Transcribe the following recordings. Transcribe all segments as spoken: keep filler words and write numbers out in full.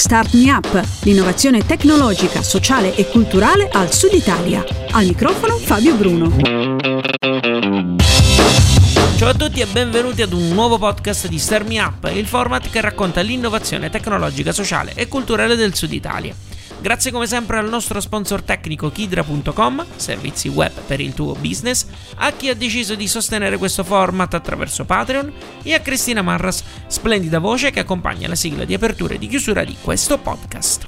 Start Me Up, l'innovazione tecnologica, sociale e culturale al Sud Italia. Al microfono Fabio Bruno. Ciao a tutti e benvenuti ad un nuovo podcast di Start Me Up, il format che racconta l'innovazione tecnologica, sociale e culturale del Sud Italia. Grazie come sempre al nostro sponsor tecnico Kidra punto com, servizi web per il tuo business, a chi ha deciso di sostenere questo format attraverso Patreon e a Cristina Marras, splendida voce che accompagna la sigla di apertura e di chiusura di questo podcast.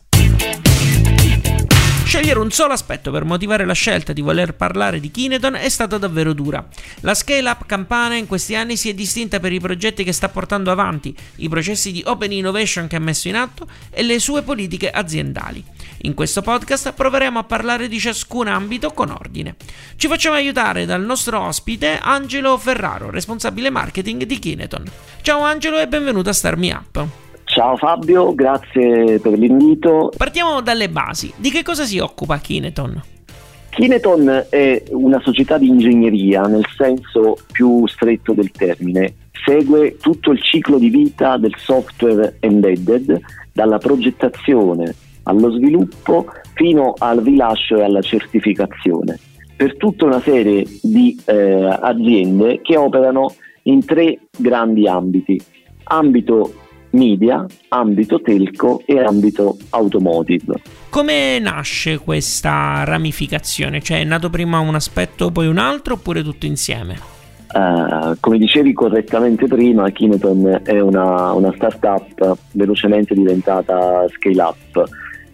Scegliere un solo aspetto per motivare la scelta di voler parlare di Kineton è stata davvero dura. La Scale Up Campana in questi anni si è distinta per i progetti che sta portando avanti, i processi di open innovation che ha messo in atto e le sue politiche aziendali. In questo podcast proveremo a parlare di ciascun ambito con ordine. Ci facciamo aiutare dal nostro ospite Angelo Ferraro, responsabile marketing di Kineton. Ciao Angelo e benvenuto a Start Me Up. Ciao Fabio, grazie per l'invito. Partiamo dalle basi. Di che cosa si occupa Kineton? Kineton è una società di ingegneria nel senso più stretto del termine. Segue tutto il ciclo di vita del software embedded, dalla progettazione allo sviluppo fino al rilascio e alla certificazione, per tutta una serie di eh, aziende che operano in tre grandi ambiti: ambito media, ambito telco e ambito automotive. Come nasce questa ramificazione? Cioè è nato prima un aspetto poi un altro oppure tutto insieme? Uh, come dicevi correttamente prima, Kineton è una, una startup velocemente diventata scale up.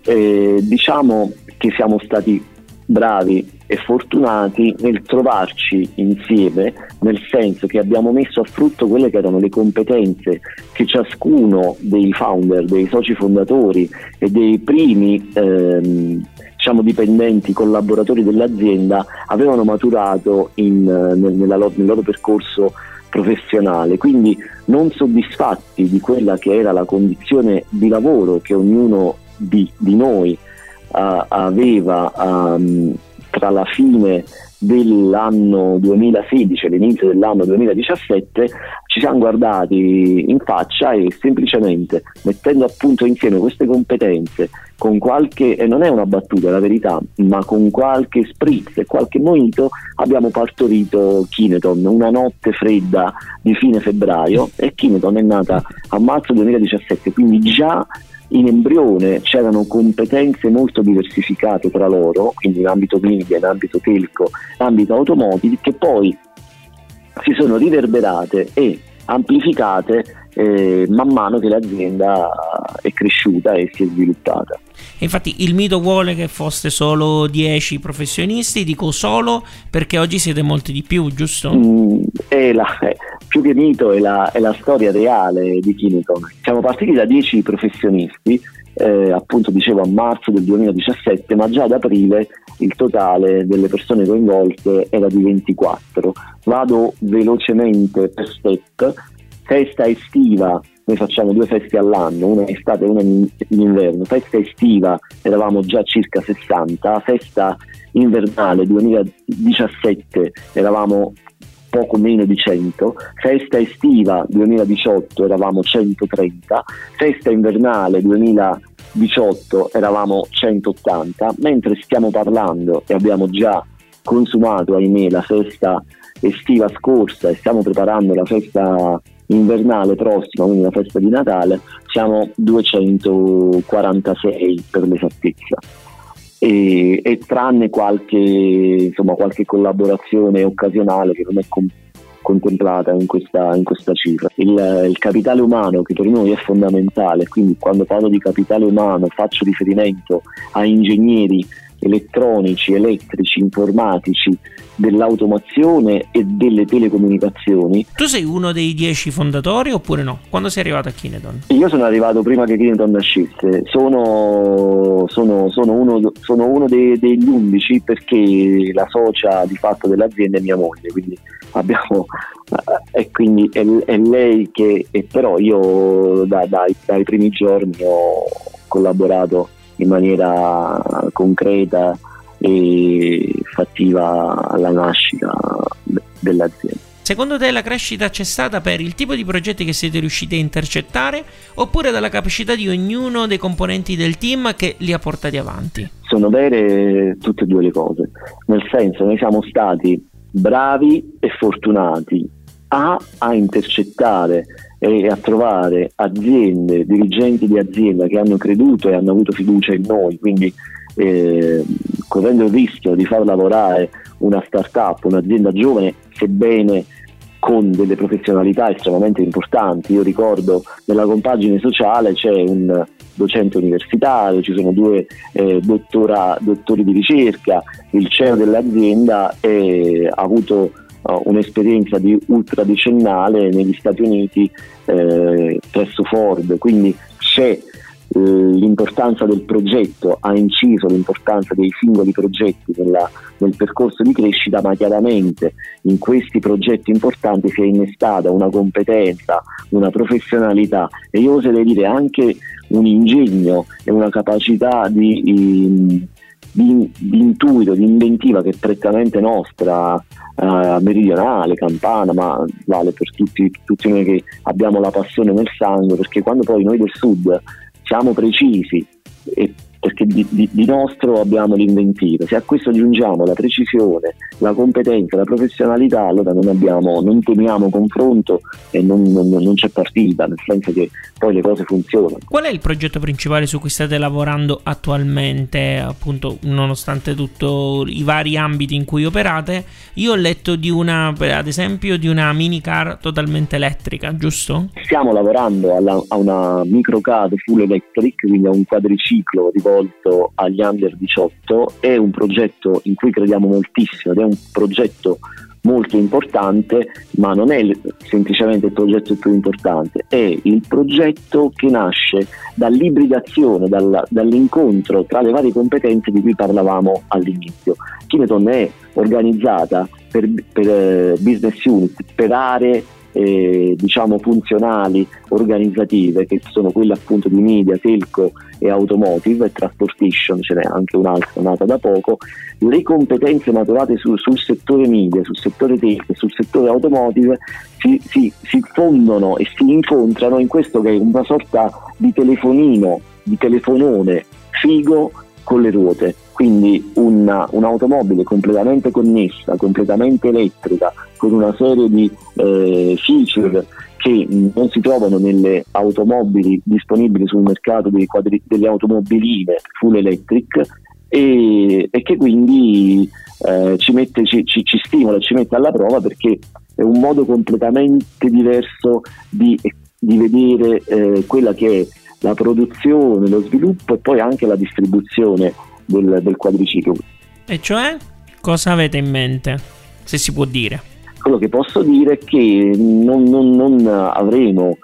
E diciamo che siamo stati bravi e fortunati nel trovarci insieme, nel senso che abbiamo messo a frutto quelle che erano le competenze che ciascuno dei founder, dei soci fondatori e dei primi ehm, diciamo dipendenti, collaboratori dell'azienda avevano maturato in, nel, nella, nel loro percorso professionale. Quindi, non soddisfatti di quella che era la condizione di lavoro che ognuno di, di noi uh, aveva um, tra la fine dell'anno duemilasedici e l'inizio dell'anno duemiladiciassette, ci siamo guardati in faccia e semplicemente, mettendo appunto insieme queste competenze con qualche, e non è una battuta, è la verità, ma con qualche spritz e qualche mojito, abbiamo partorito Kineton una notte fredda di fine febbraio, e Kineton è nata a marzo duemiladiciassette, quindi già in embrione c'erano competenze molto diversificate tra loro, quindi in ambito media, in ambito telco, in ambito automotive, che poi si sono riverberate e amplificate eh, man mano che l'azienda è cresciuta e si è sviluppata. E infatti il mito vuole che foste solo dieci professionisti, dico solo perché oggi siete molti di più, giusto? Mm, è la, è, più che mito è la, è la storia reale di Kineton. Siamo partiti da dieci professionisti, eh, appunto dicevo a marzo del duemiladiciassette, ma già ad aprile il totale delle persone coinvolte era di ventiquattro. Vado velocemente per step. Festa estiva, noi facciamo due feste all'anno, una in estate e una in inverno. Festa estiva eravamo già circa sessanta, festa invernale duemiladiciassette eravamo poco meno di cento, festa estiva duemiladiciotto eravamo centotrenta, festa invernale duemiladiciotto eravamo centottanta, mentre stiamo parlando e abbiamo già consumato, ahimè, la festa estiva scorsa e stiamo preparando la festa invernale prossima, quindi la festa di Natale, siamo duecentoquarantasei per l'esattezza. E, e tranne qualche insomma qualche collaborazione occasionale che non è com- contemplata in questa, in questa cifra. Il, il capitale umano, che per noi è fondamentale, quindi quando parlo di capitale umano faccio riferimento a ingegneri elettronici, elettrici, informatici, dell'automazione e delle telecomunicazioni. Tu sei uno dei dieci fondatori oppure no? Quando sei arrivato a Kineton? Io sono arrivato prima che Kineton nascesse, sono, sono, sono uno, sono uno dei, degli undici, perché la socia di fatto dell'azienda è mia moglie, quindi abbiamo e quindi è, è lei che, e però io da, dai, dai primi giorni ho collaborato in maniera concreta e fattiva alla nascita dell'azienda. Secondo te la crescita c'è stata per il tipo di progetti che siete riusciti a intercettare oppure dalla capacità di ognuno dei componenti del team che li ha portati avanti? Sono vere tutte e due le cose, nel senso noi siamo stati bravi e fortunati a, a intercettare e a trovare aziende, dirigenti di azienda che hanno creduto e hanno avuto fiducia in noi, quindi eh, correndo il rischio di far lavorare una startup, un'azienda giovane, sebbene con delle professionalità estremamente importanti. Io ricordo nella compagine sociale c'è un docente universitario, ci sono due eh, dottora, dottori di ricerca, il C E O dell'azienda è, ha avuto uh, un'esperienza di ultradecennale negli Stati Uniti eh, presso Ford, quindi c'è l'importanza del progetto, ha inciso l'importanza dei singoli progetti nella, nel percorso di crescita, ma chiaramente in questi progetti importanti si è innestata una competenza, una professionalità e io oserei dire anche un ingegno e una capacità di, di, di, di intuito, di inventiva che è prettamente nostra, uh, meridionale, campana, ma vale per tutti, tutti noi che abbiamo la passione nel sangue, perché quando poi noi del sud siamo precisi e perché di, di, di nostro abbiamo l'inventiva, se a questo aggiungiamo la precisione, la competenza, la professionalità, allora non abbiamo, non temiamo confronto e non, non, non c'è partita, nel senso che poi le cose funzionano. Qual è il progetto principale su cui state lavorando attualmente, appunto, nonostante tutto i vari ambiti in cui operate? Io ho letto di una, ad esempio, di una minicar totalmente elettrica, giusto? Stiamo lavorando alla, a una microcar full electric, quindi a un quadriciclo rivolto agli under diciotto. È un progetto in cui crediamo moltissimo ed è un progetto molto importante, ma non è semplicemente il progetto più importante, è il progetto che nasce dall'ibridazione, dalla, dall'incontro tra le varie competenze di cui parlavamo all'inizio. Kineton è organizzata per, per uh, business unit, per aree eh, diciamo funzionali, organizzative, che sono quelle appunto di media, telco e automotive e transportation, ce n'è anche un'altra nata da poco. Le competenze maturate su, sul settore media, sul settore telco e sul settore automotive si, si, si fondono e si incontrano in questo che è una sorta di telefonino, di telefonone figo con le ruote, quindi una, un'automobile completamente connessa, completamente elettrica, con una serie di eh, feature che non si trovano nelle automobili disponibili sul mercato dei quadri, delle automobiline full electric e, e che quindi eh, ci, mette, ci, ci, ci stimola, ci mette alla prova, perché è un modo completamente diverso di, di vedere eh, quella che è la produzione, lo sviluppo e poi anche la distribuzione del, del quadriciclo. E cioè, cosa avete in mente, se si può dire? Quello che posso dire è che non, non, non avremo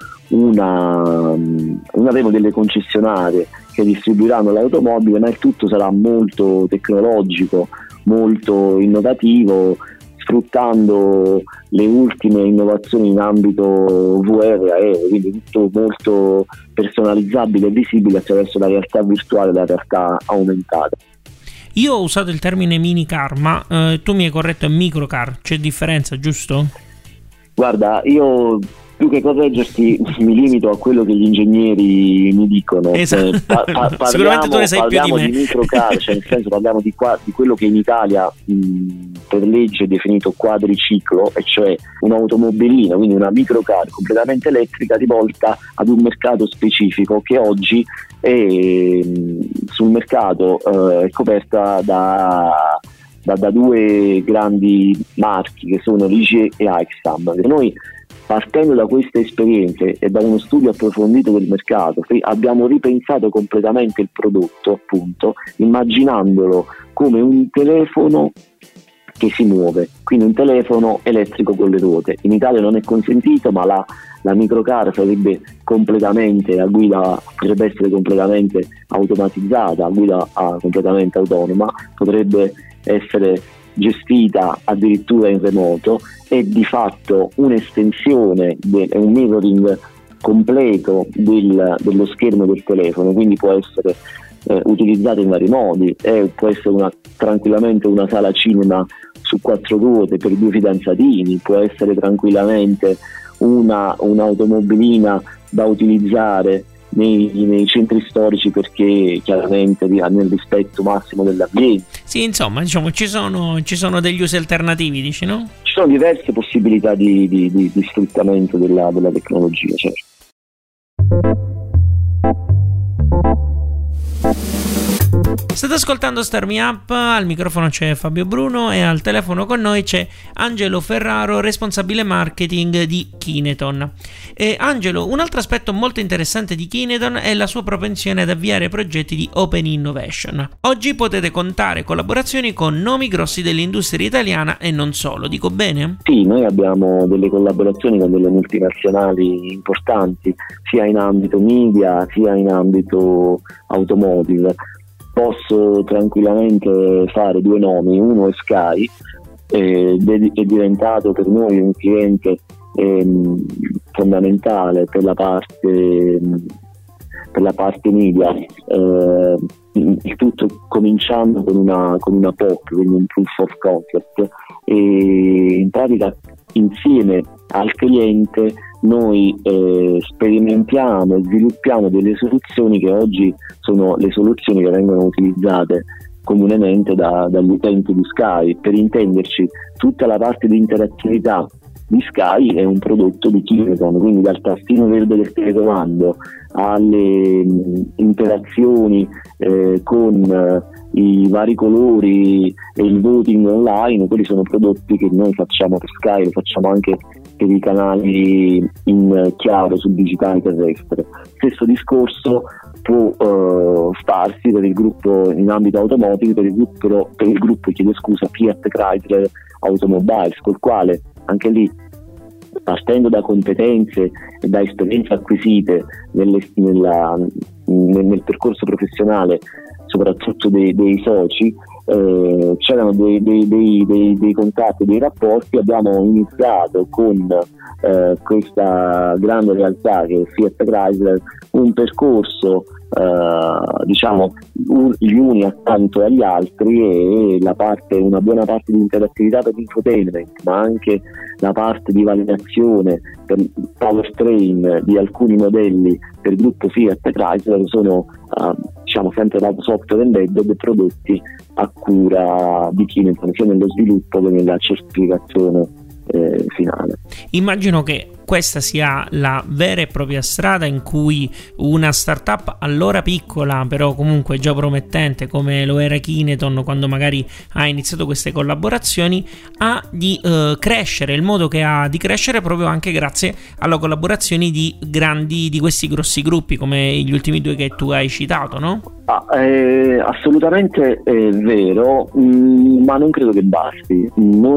una non avremo delle concessionarie che distribuiranno l'automobile, ma il tutto sarà molto tecnologico, molto innovativo, sfruttando le ultime innovazioni in ambito V R aereo, quindi tutto molto personalizzabile e visibile attraverso la realtà virtuale e la realtà aumentata. Io ho usato il termine minicar, ma eh, tu mi hai corretto, è microcar, c'è differenza, giusto? Guarda, io più che correggerti mi limito a quello che gli ingegneri mi dicono. Esatto. Eh, pa- pa- parliamo, Sicuramente tu ne sai più di me. Parliamo di microcar, cioè nel senso parliamo di, qua, di quello che in Italia mh, per legge è definito quadriciclo, e cioè un'automobilina, quindi una microcar completamente elettrica rivolta ad un mercato specifico che oggi è, mh, sul mercato eh, è coperta da, da, da due grandi marchi che sono Ligier e Aixam. Noi, partendo da queste esperienze e da uno studio approfondito del mercato, abbiamo ripensato completamente il prodotto, appunto, immaginandolo come un telefono che si muove, quindi un telefono elettrico con le ruote. In Italia non è consentito, ma la, la microcar sarebbe completamente a guida, potrebbe essere completamente automatizzata, a guida a, completamente autonoma, potrebbe essere gestita addirittura in remoto, è di fatto un'estensione, è un mirroring completo del, dello schermo del telefono, quindi può essere eh, utilizzato in vari modi, eh, può essere una, tranquillamente una sala cinema su quattro ruote per due fidanzatini, può essere tranquillamente una, un'automobilina da utilizzare nei, nei centri storici, perché chiaramente nel rispetto massimo dell'ambiente. Sì, insomma, diciamo ci sono, ci sono degli usi alternativi, dici, no? Ci sono diverse possibilità di, di, di, di sfruttamento della, della tecnologia, certo. State ascoltando Start Me Up, al microfono c'è Fabio Bruno e al telefono con noi c'è Angelo Ferraro, responsabile marketing di Kineton. E Angelo, un altro aspetto molto interessante di Kineton è la sua propensione ad avviare progetti di Open Innovation. Oggi potete contare collaborazioni con nomi grossi dell'industria italiana e non solo, dico bene? Sì, noi abbiamo delle collaborazioni con delle multinazionali importanti, sia in ambito media sia in ambito automotive. Posso tranquillamente fare due nomi, uno è Sky, eh, è diventato per noi un cliente eh, fondamentale per la parte, per la parte media, eh, il tutto cominciando con una, con una P O C, quindi un Proof of Concept, e in pratica insieme al cliente noi eh, sperimentiamo e sviluppiamo delle soluzioni che oggi sono le soluzioni che vengono utilizzate comunemente da, dagli utenti di Sky. Per intenderci, tutta la parte di interattività di Sky è un prodotto di Kineton, quindi dal tastino verde del telecomando alle mh, interazioni eh, con eh, i vari colori e il voting online, quelli sono prodotti che noi facciamo per Sky, lo facciamo anche per i canali in chiaro sul digitale terrestre. Stesso discorso può uh, farsi per il gruppo in ambito automotive, per il gruppo, per il gruppo chiedo scusa, Fiat Chrysler Automobiles, col quale anche lì, partendo da competenze e da esperienze acquisite nelle, nella, nel, nel percorso professionale, soprattutto dei, dei soci, eh, c'erano dei, dei, dei, dei, dei contatti, dei rapporti. Abbiamo iniziato con eh, questa grande realtà che è Fiat Chrysler un percorso eh, diciamo un, gli uni accanto agli altri, e la parte, una buona parte di interattività per l'infotainment, ma anche la parte di validazione per il powertrain di alcuni modelli per il gruppo Fiat Chrysler sono uh, diciamo sempre lato software embedded, prodotti a cura di Kineton sia nello sviluppo che nella certificazione eh, finale. Immagino che questa sia la vera e propria strada in cui una startup allora piccola, però comunque già promettente, come lo era Kineton quando magari ha iniziato queste collaborazioni, ha di eh, crescere, il modo che ha di crescere proprio anche grazie alla collaborazione di grandi, di questi grossi gruppi come gli ultimi due che tu hai citato, no? Ah, eh, assolutamente è vero, mh, ma non credo che basti.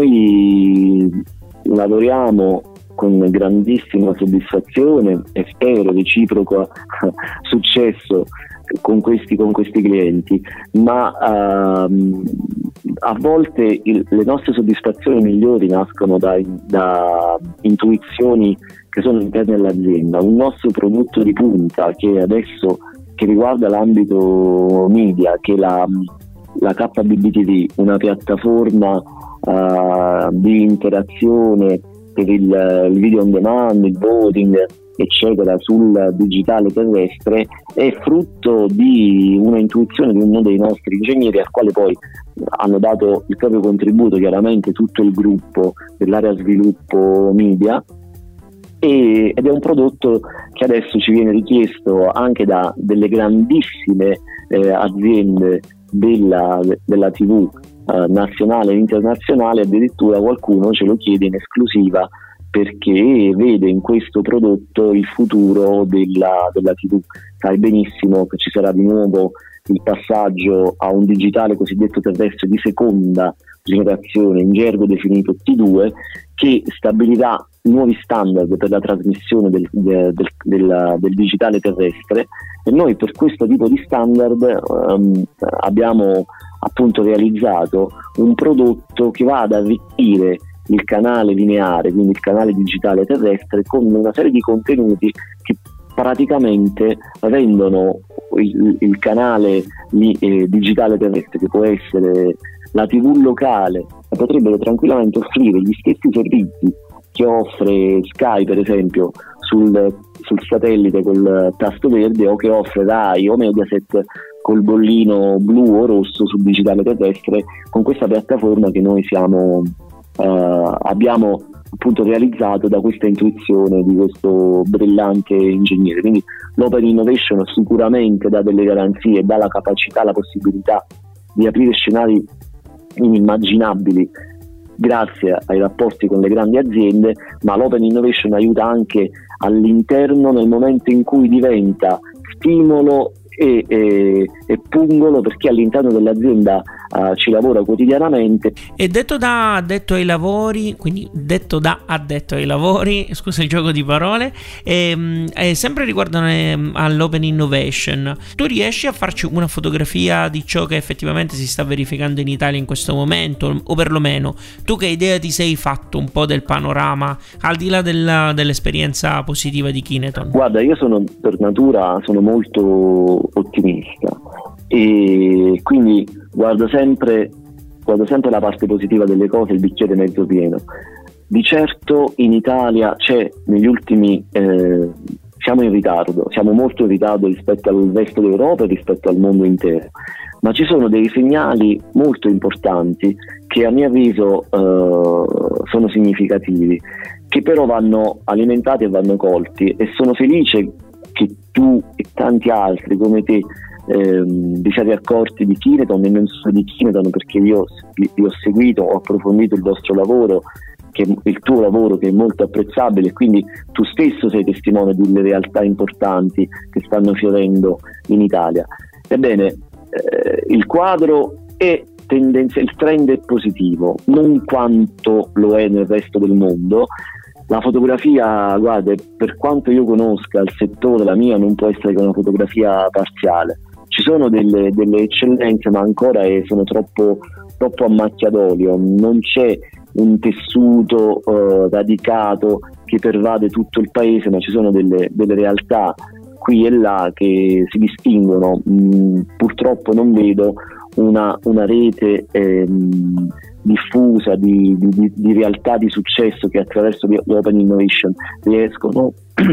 Noi lavoriamo con grandissima soddisfazione e spero reciproco successo con questi, con questi clienti, ma uh, a volte il, le nostre soddisfazioni migliori nascono da, da intuizioni che sono interne all'azienda. Un nostro prodotto di punta che adesso che riguarda l'ambito media, che è la, la K B B T V, una piattaforma uh, di interazione per il, il video on demand, il voting, eccetera, sul digitale terrestre, è frutto di una intuizione di uno dei nostri ingegneri, al quale poi hanno dato il proprio contributo chiaramente tutto il gruppo dell'area sviluppo media, e, ed è un prodotto che adesso ci viene richiesto anche da delle grandissime eh, aziende della, della tivù Uh, nazionale e internazionale. Addirittura qualcuno ce lo chiede in esclusiva perché vede in questo prodotto il futuro della, della tivù. Sai benissimo che ci sarà di nuovo il passaggio a un digitale cosiddetto terrestre di seconda generazione, in gergo definito T due, che stabilirà nuovi standard per la trasmissione del, del, del, del digitale terrestre, e noi per questo tipo di standard um, abbiamo appunto realizzato un prodotto che va ad arricchire il canale lineare, quindi il canale digitale terrestre, con una serie di contenuti che praticamente rendono il, il canale li, eh, digitale terrestre, che può essere la tivù locale, potrebbero tranquillamente offrire gli stessi servizi che offre Sky, per esempio, sul, sul satellite col tasto verde, o che offre Rai o Mediaset col bollino blu o rosso sul digitale terrestre, con questa piattaforma che noi siamo uh, abbiamo appunto realizzato da questa intuizione di questo brillante ingegnere. Quindi l'Open Innovation sicuramente dà delle garanzie, dà la capacità, la possibilità di aprire scenari inimmaginabili grazie ai rapporti con le grandi aziende, ma l'Open Innovation aiuta anche all'interno, nel momento in cui diventa stimolo e, e, e pungolo per chi all'interno dell'azienda uh, ci lavora quotidianamente. E detto da addetto ai lavori, quindi detto da addetto ai lavori, scusa il gioco di parole, ehm, eh, sempre riguardo eh, all'Open Innovation, tu riesci a farci una fotografia di ciò che effettivamente si sta verificando in Italia in questo momento, o perlomeno tu che idea ti sei fatto un po' del panorama al di là della, dell'esperienza positiva di Kineton? Guarda, io sono per natura sono molto ottimista e quindi guardo sempre guardo sempre la parte positiva delle cose, il bicchiere mezzo pieno. Di certo in Italia c'è negli ultimi eh, siamo in ritardo, siamo molto in ritardo rispetto al resto d'Europa e rispetto al mondo intero, ma ci sono dei segnali molto importanti che a mio avviso eh, sono significativi, che però vanno alimentati e vanno colti, e sono felice che tu e tanti altri come te ehm, vi siete accorti di Kineton, e non solo di Kineton, perché io vi ho seguito, ho approfondito il vostro lavoro, che il tuo lavoro, che è molto apprezzabile, e quindi tu stesso sei testimone delle realtà importanti che stanno fiorendo in Italia. Ebbene, eh, il quadro è tendenza, il trend è positivo, non quanto lo è nel resto del mondo. La fotografia, guarda, per quanto io conosca il settore, la mia non può essere che una fotografia parziale. Ci sono delle, delle eccellenze, ma ancora è, sono troppo, troppo a macchia d'olio, non c'è un tessuto uh, radicato che pervade tutto il paese, ma ci sono delle, delle realtà qui e là che si distinguono. Mm, purtroppo non vedo una, una rete ehm, diffusa di, di, di realtà di successo che attraverso l'Open Innovation riescono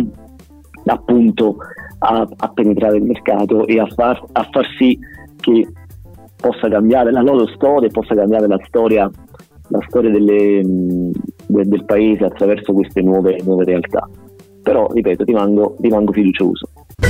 appunto a, a penetrare il mercato e a far, a far sì che possa cambiare la loro storia e possa cambiare la storia la storia delle, del, del paese attraverso queste nuove, nuove realtà. Però, ripeto, rimango, rimango fiducioso.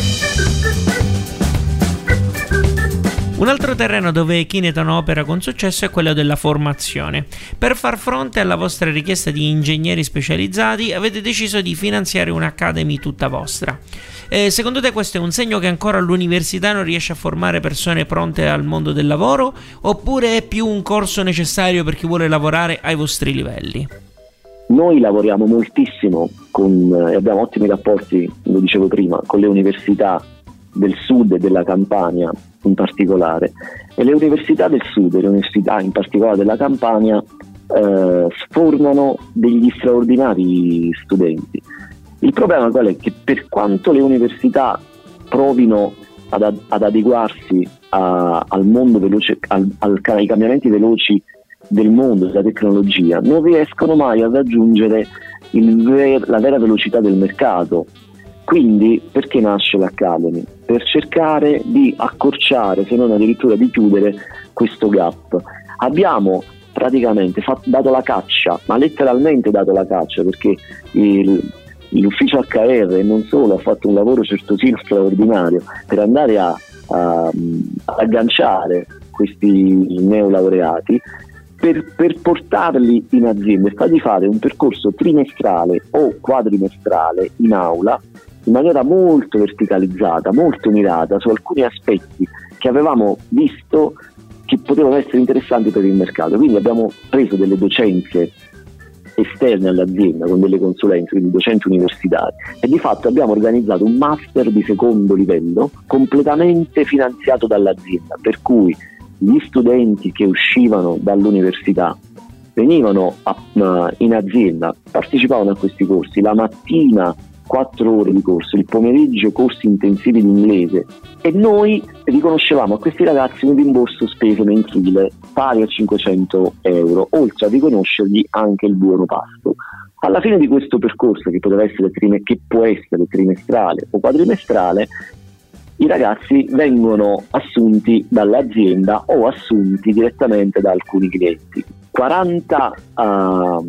Un altro terreno dove Kineton opera con successo è quello della formazione. Per far fronte alla vostra richiesta di ingegneri specializzati avete deciso di finanziare un'academy tutta vostra. Eh, secondo te questo è un segno che ancora l'università non riesce a formare persone pronte al mondo del lavoro, oppure è più un corso necessario per chi vuole lavorare ai vostri livelli? Noi lavoriamo moltissimo con, e abbiamo ottimi rapporti, lo dicevo prima, con le università del sud e della Campania in particolare, e le università del sud e le università in particolare della Campania eh, formano degli straordinari studenti. Il problema qual è? Che per quanto le università provino ad, ad adeguarsi a, al mondo veloce, al, al, ai cambiamenti veloci del mondo, della tecnologia, non riescono mai a raggiungere il ver, la vera velocità del mercato. Quindi perché nasce l'Academy? Per cercare di accorciare, se non addirittura di chiudere, questo gap. Abbiamo praticamente fatto, dato la caccia, ma letteralmente dato la caccia, perché il, l'ufficio acca erre e non solo ha fatto un lavoro certosino straordinario per andare a, a, a agganciare questi neolaureati, per, per portarli in azienda, sta di fare un percorso trimestrale o quadrimestrale in aula in maniera molto verticalizzata, molto mirata su alcuni aspetti che avevamo visto che potevano essere interessanti per il mercato. Quindi abbiamo preso delle docenze esterne all'azienda con delle consulenze, quindi docenti universitari, e di fatto abbiamo organizzato un master di secondo livello completamente finanziato dall'azienda, per cui gli studenti che uscivano dall'università venivano a, uh, in azienda, partecipavano a questi corsi, la mattina quattro ore di corso, il pomeriggio corsi intensivi di inglese, e noi riconoscevamo a questi ragazzi un rimborso spese mensile pari a cinquecento euro, oltre a riconoscergli anche il buono pasto. Alla fine di questo percorso, che poteva essere trime- che può essere trimestrale o quadrimestrale, i ragazzi vengono assunti dall'azienda o assunti direttamente da alcuni clienti. quaranta uh,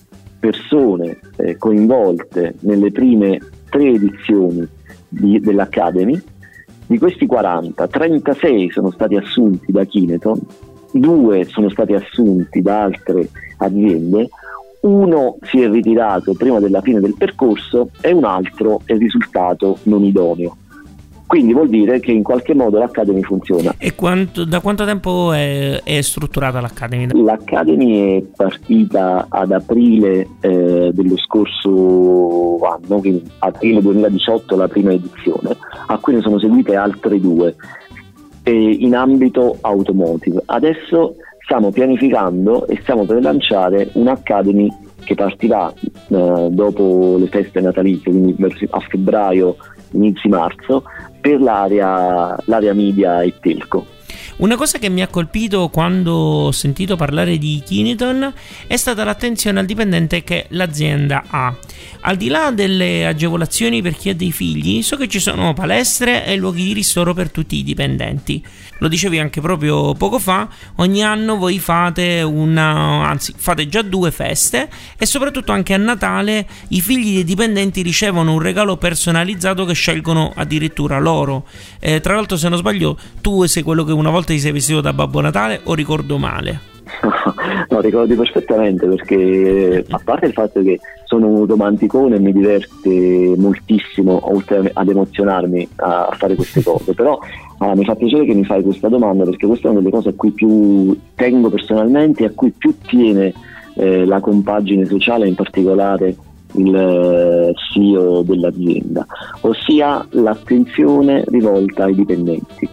persone eh, coinvolte nelle prime tre edizioni di, dell'Academy. Di questi quaranta, trentasei sono stati assunti da Kineton, due sono stati assunti da altre aziende, uno si è ritirato prima della fine del percorso e un altro è risultato non idoneo. Quindi vuol dire che in qualche modo l'Academy funziona. E quanto, da quanto tempo è, è strutturata l'Academy? L'Academy è partita ad aprile eh, dello scorso anno, quindi aprile duemiladiciotto la prima edizione, a cui ne sono seguite altre due eh, in ambito automotive. Adesso stiamo pianificando e stiamo per lanciare un'Academy che partirà eh, dopo le feste natalizie, quindi a febbraio, inizi marzo, per l'area, l'area media e telco. Una cosa che mi ha colpito quando ho sentito parlare di Kineton è stata l'attenzione al dipendente che l'azienda ha. Al di là delle agevolazioni per chi ha dei figli, so che ci sono palestre e luoghi di ristoro per tutti i dipendenti. Lo dicevi anche proprio poco fa, ogni anno voi fate una, anzi fate già due feste, e soprattutto anche a Natale i figli dei dipendenti ricevono un regalo personalizzato che scelgono addirittura loro. Eh, tra l'altro, se non sbaglio, tu sei quello che una volta ti sei vestito da Babbo Natale, o ricordo male? No, ricordi perfettamente, perché a parte il fatto che sono un romanticone e mi diverte moltissimo, oltre ad emozionarmi a fare queste cose, però ah, mi fa piacere che mi fai questa domanda, perché questa è una delle cose a cui più tengo personalmente e a cui più tiene eh, la compagine sociale, in particolare il eh, C E O dell'azienda, ossia l'attenzione rivolta ai dipendenti.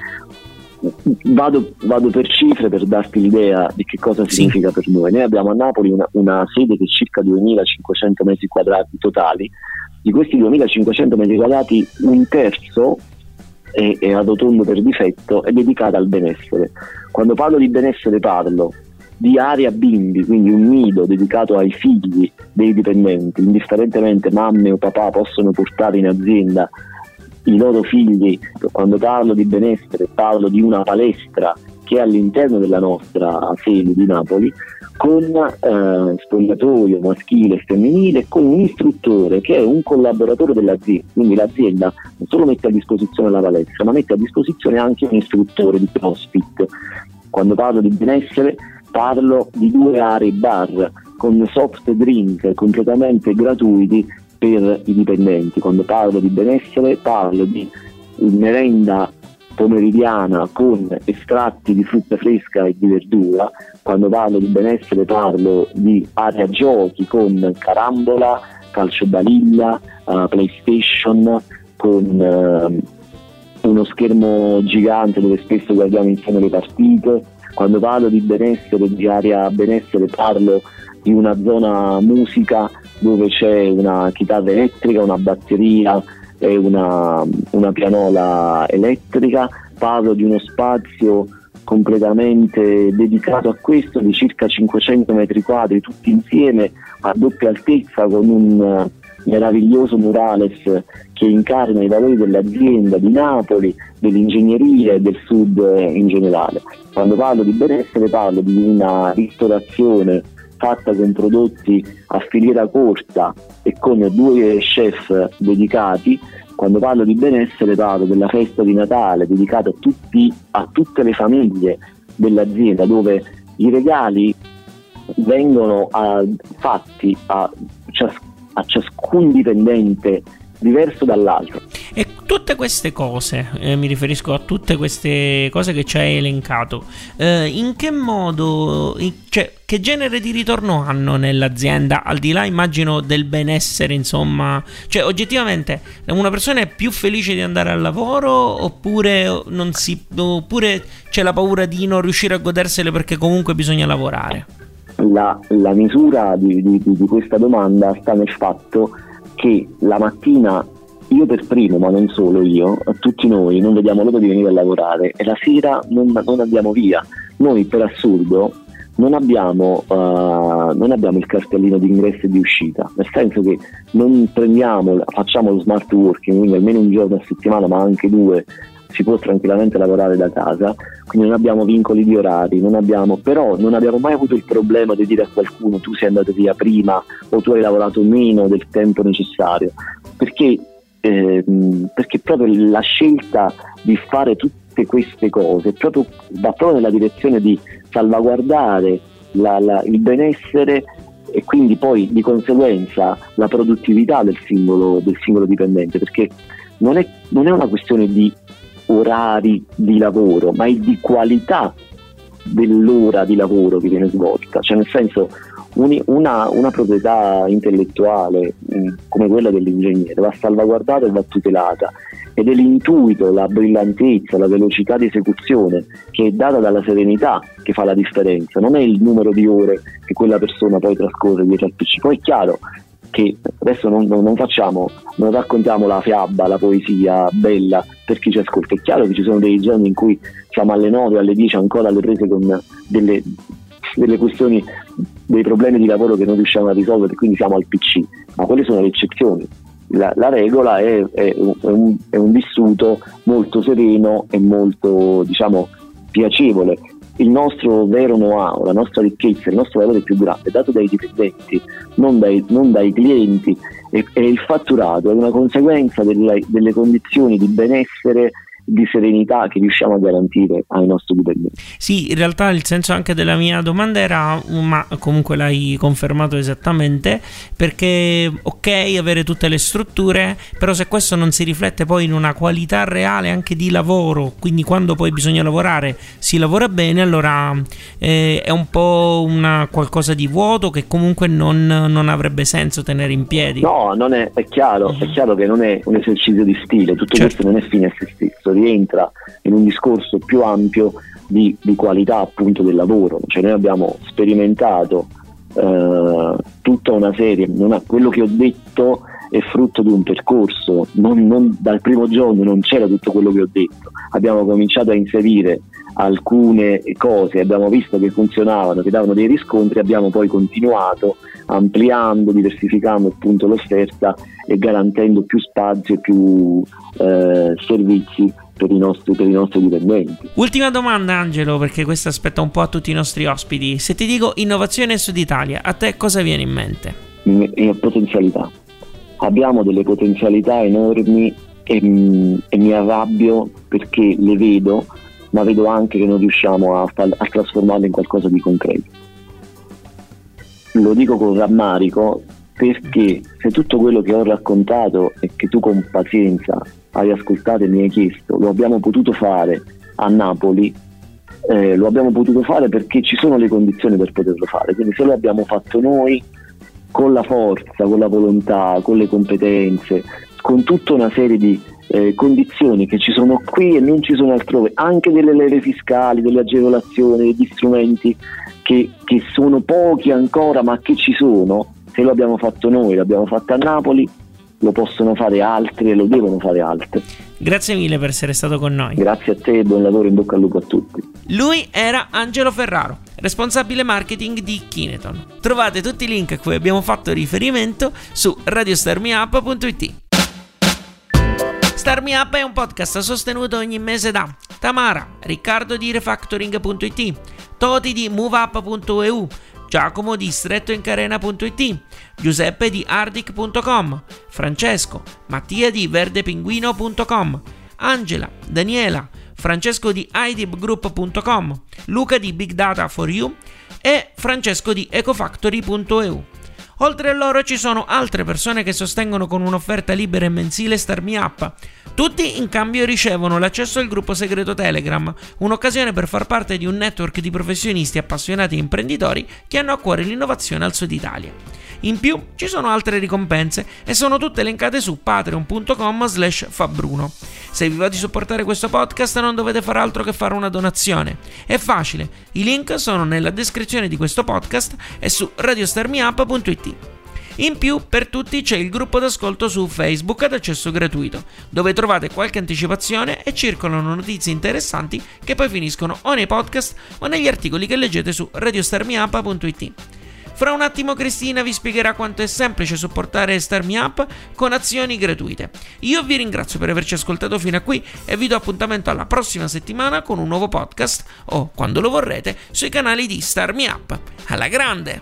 Vado, vado per cifre per darti l'idea di che cosa significa per noi. Noi abbiamo a Napoli una, una sede che è circa duemilacinquecento metri quadrati totali. Di questi duemilacinquecento metri quadrati, un terzo è, è ad rotondo per difetto, è dedicata al benessere. Quando parlo di benessere parlo di area bimbi, quindi un nido dedicato ai figli dei dipendenti, indifferentemente mamme o papà possono portare in azienda i loro figli. Quando parlo di benessere parlo di una palestra che è all'interno della nostra sede di Napoli, con eh, spogliatoio maschile e femminile, con un istruttore che è un collaboratore dell'azienda. Quindi l'azienda non solo mette a disposizione la palestra, ma mette a disposizione anche un istruttore di CrossFit. Quando parlo di benessere parlo di due aree bar con soft drink completamente gratuiti per i dipendenti. Quando parlo di benessere parlo di merenda pomeridiana con estratti di frutta fresca e di verdura. Quando parlo di benessere parlo di area giochi con carambola, calcio balilla, uh, PlayStation, con uh, uno schermo gigante dove spesso guardiamo insieme le partite. Quando parlo di benessere, di area benessere, parlo di una zona musica dove c'è una chitarra elettrica, una batteria e una, una pianola elettrica. Parlo di uno spazio completamente dedicato a questo, di circa cinquecento metri quadri, tutti insieme a doppia altezza, con un meraviglioso murales che incarna i valori dell'azienda di Napoli, dell'ingegneria e del sud in generale. Quando parlo di benessere parlo di una ristorazione fatta con prodotti a filiera corta e con due chef dedicati. Quando parlo di benessere parlo della festa di Natale dedicata a, tutti, a tutte le famiglie dell'azienda, dove i regali vengono a, fatti a, cias- a ciascun dipendente diverso dall'altro. E tutte queste cose, eh, mi riferisco a tutte queste cose che ci hai elencato, eh, in che modo, in, cioè che genere di ritorno hanno nell'azienda, al di là immagino del benessere, insomma, cioè oggettivamente una persona è più felice di andare al lavoro, oppure non si, oppure c'è la paura di non riuscire a godersele perché comunque bisogna lavorare? La, la misura di, di, di questa domanda sta nel fatto che la mattina, io per primo, ma non solo io, tutti noi non vediamo l'ora di venire a lavorare e la sera non, non andiamo via. Noi per assurdo non abbiamo, uh, non abbiamo il cartellino di ingresso e di uscita, nel senso che non prendiamo, facciamo lo smart working, quindi almeno un giorno a settimana, ma anche due, si può tranquillamente lavorare da casa, quindi non abbiamo vincoli di orari, non abbiamo, però non abbiamo mai avuto il problema di dire a qualcuno tu sei andato via prima o tu hai lavorato meno del tempo necessario, perché, eh, perché proprio la scelta di fare tutte queste cose proprio, va proprio nella direzione di salvaguardare la, la, il benessere e quindi poi di conseguenza la produttività del singolo, del singolo dipendente, perché non è, non è una questione di orari di lavoro, ma è di qualità dell'ora di lavoro che viene svolta, cioè nel senso una, una proprietà intellettuale mh, come quella dell'ingegnere va salvaguardata e va tutelata, ed è l'intuito, la brillantezza, la velocità di esecuzione che è data dalla serenità che fa la differenza, non è il numero di ore che quella persona poi trascorre dietro al P C. Poi è chiaro che adesso non, non, non facciamo, non raccontiamo la fiaba, la poesia bella per chi ci ascolta. È chiaro che ci sono dei giorni in cui siamo alle nove, alle dieci ancora alle prese con delle, delle questioni, dei problemi di lavoro che non riusciamo a risolvere, quindi siamo al P C, ma quelle sono le eccezioni. La, la regola è, è, un, è, un, è un vissuto molto sereno e molto, diciamo, piacevole. Il nostro vero know-how, la nostra ricchezza, il nostro valore più grande è dato dai dipendenti, non dai, non dai clienti, e, e il fatturato è una conseguenza delle, delle condizioni di benessere, di serenità che riusciamo a garantire ai nostri dipendenti. Sì, in realtà il senso anche della mia domanda era, ma comunque l'hai confermato esattamente, perché ok avere tutte le strutture, però se questo non si riflette poi in una qualità reale anche di lavoro, quindi quando poi bisogna lavorare si lavora bene, allora eh, è un po' una qualcosa di vuoto che comunque non, non avrebbe senso tenere in piedi. No, non è, è chiaro, è chiaro che non è un esercizio di stile, tutto certo. Questo non è fine a se stesso, rientra in un discorso più ampio di, di qualità appunto del lavoro. Cioè noi abbiamo sperimentato eh, tutta una serie, non ha, quello che ho detto è frutto di un percorso, non, non, dal primo giorno non c'era tutto quello che ho detto, abbiamo cominciato a inserire alcune cose, abbiamo visto che funzionavano, che davano dei riscontri, abbiamo poi continuato ampliando, diversificando appunto l'offerta e garantendo più spazio e più eh, servizi per i nostri, per i nostri dipendenti. Ultima domanda, Angelo, perché questa aspetta un po' a tutti i nostri ospiti. Se ti dico innovazione Sud Italia, a te cosa viene in mente? E potenzialità. Abbiamo delle potenzialità enormi e, e mi arrabbio perché le vedo, ma vedo anche che non riusciamo a, far, a trasformarle in qualcosa di concreto. Lo dico con rammarico perché se tutto quello che ho raccontato e che tu con pazienza hai ascoltato e mi hai chiesto lo abbiamo potuto fare a Napoli, eh, lo abbiamo potuto fare perché ci sono le condizioni per poterlo fare, quindi se lo abbiamo fatto noi con la forza, con la volontà, con le competenze, con tutta una serie di eh, condizioni che ci sono qui e non ci sono altrove, anche delle leve fiscali, delle agevolazioni, degli strumenti che, che sono pochi ancora ma che ci sono. Se lo abbiamo fatto noi, l'abbiamo fatto a Napoli, lo possono fare altri e lo devono fare altri. Grazie mille per essere stato con noi. Grazie a te e buon lavoro, in bocca al lupo a tutti. Lui era Angelo Ferraro, responsabile marketing di Kineton. Trovate tutti i link a cui abbiamo fatto riferimento su radio star me up punto it. Start Me Up è un podcast sostenuto ogni mese da Tamara, Riccardo di refactoring punto it, Toti di moveup punto e u, Giacomo di strettoincarena punto it, Giuseppe di ardic punto com, Francesco, Mattia di verdepinguino punto com, Angela, Daniela, Francesco di idibgroup punto com, Luca di Big Data for You e Francesco di ecofactory punto e u. Oltre a loro ci sono altre persone che sostengono con un'offerta libera e mensile Start Me Up. Tutti in cambio ricevono l'accesso al gruppo segreto Telegram, un'occasione per far parte di un network di professionisti appassionati e imprenditori che hanno a cuore l'innovazione al Sud Italia. In più ci sono altre ricompense e sono tutte elencate su patreon punto com slash fabruno. Se vi va di supportare questo podcast non dovete fare altro che fare una donazione. È facile, i link sono nella descrizione di questo podcast e su radio star me up punto it. In più, per tutti c'è il gruppo d'ascolto su Facebook ad accesso gratuito, dove trovate qualche anticipazione e circolano notizie interessanti che poi finiscono o nei podcast o negli articoli che leggete su radio star me up punto it. Fra un attimo Cristina vi spiegherà quanto è semplice supportare Start Me Up con azioni gratuite. Io vi ringrazio per averci ascoltato fino a qui e vi do appuntamento alla prossima settimana con un nuovo podcast o, quando lo vorrete, sui canali di Start Me Up. Alla grande!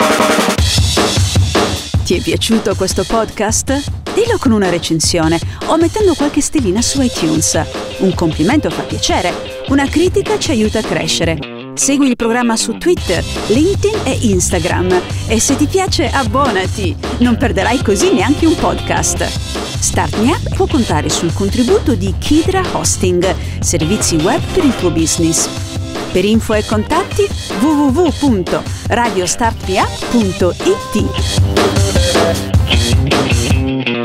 Ti è piaciuto questo podcast? Dillo con una recensione o mettendo qualche stellina su iTunes. Un complimento fa piacere, una critica ci aiuta a crescere. Segui il programma su Twitter, LinkedIn e Instagram e se ti piace abbonati, non perderai così neanche un podcast. Start Me Up può contare sul contributo di Kidra Hosting, servizi web per il tuo business. Per info e contatti w w w punto radio start me up punto it.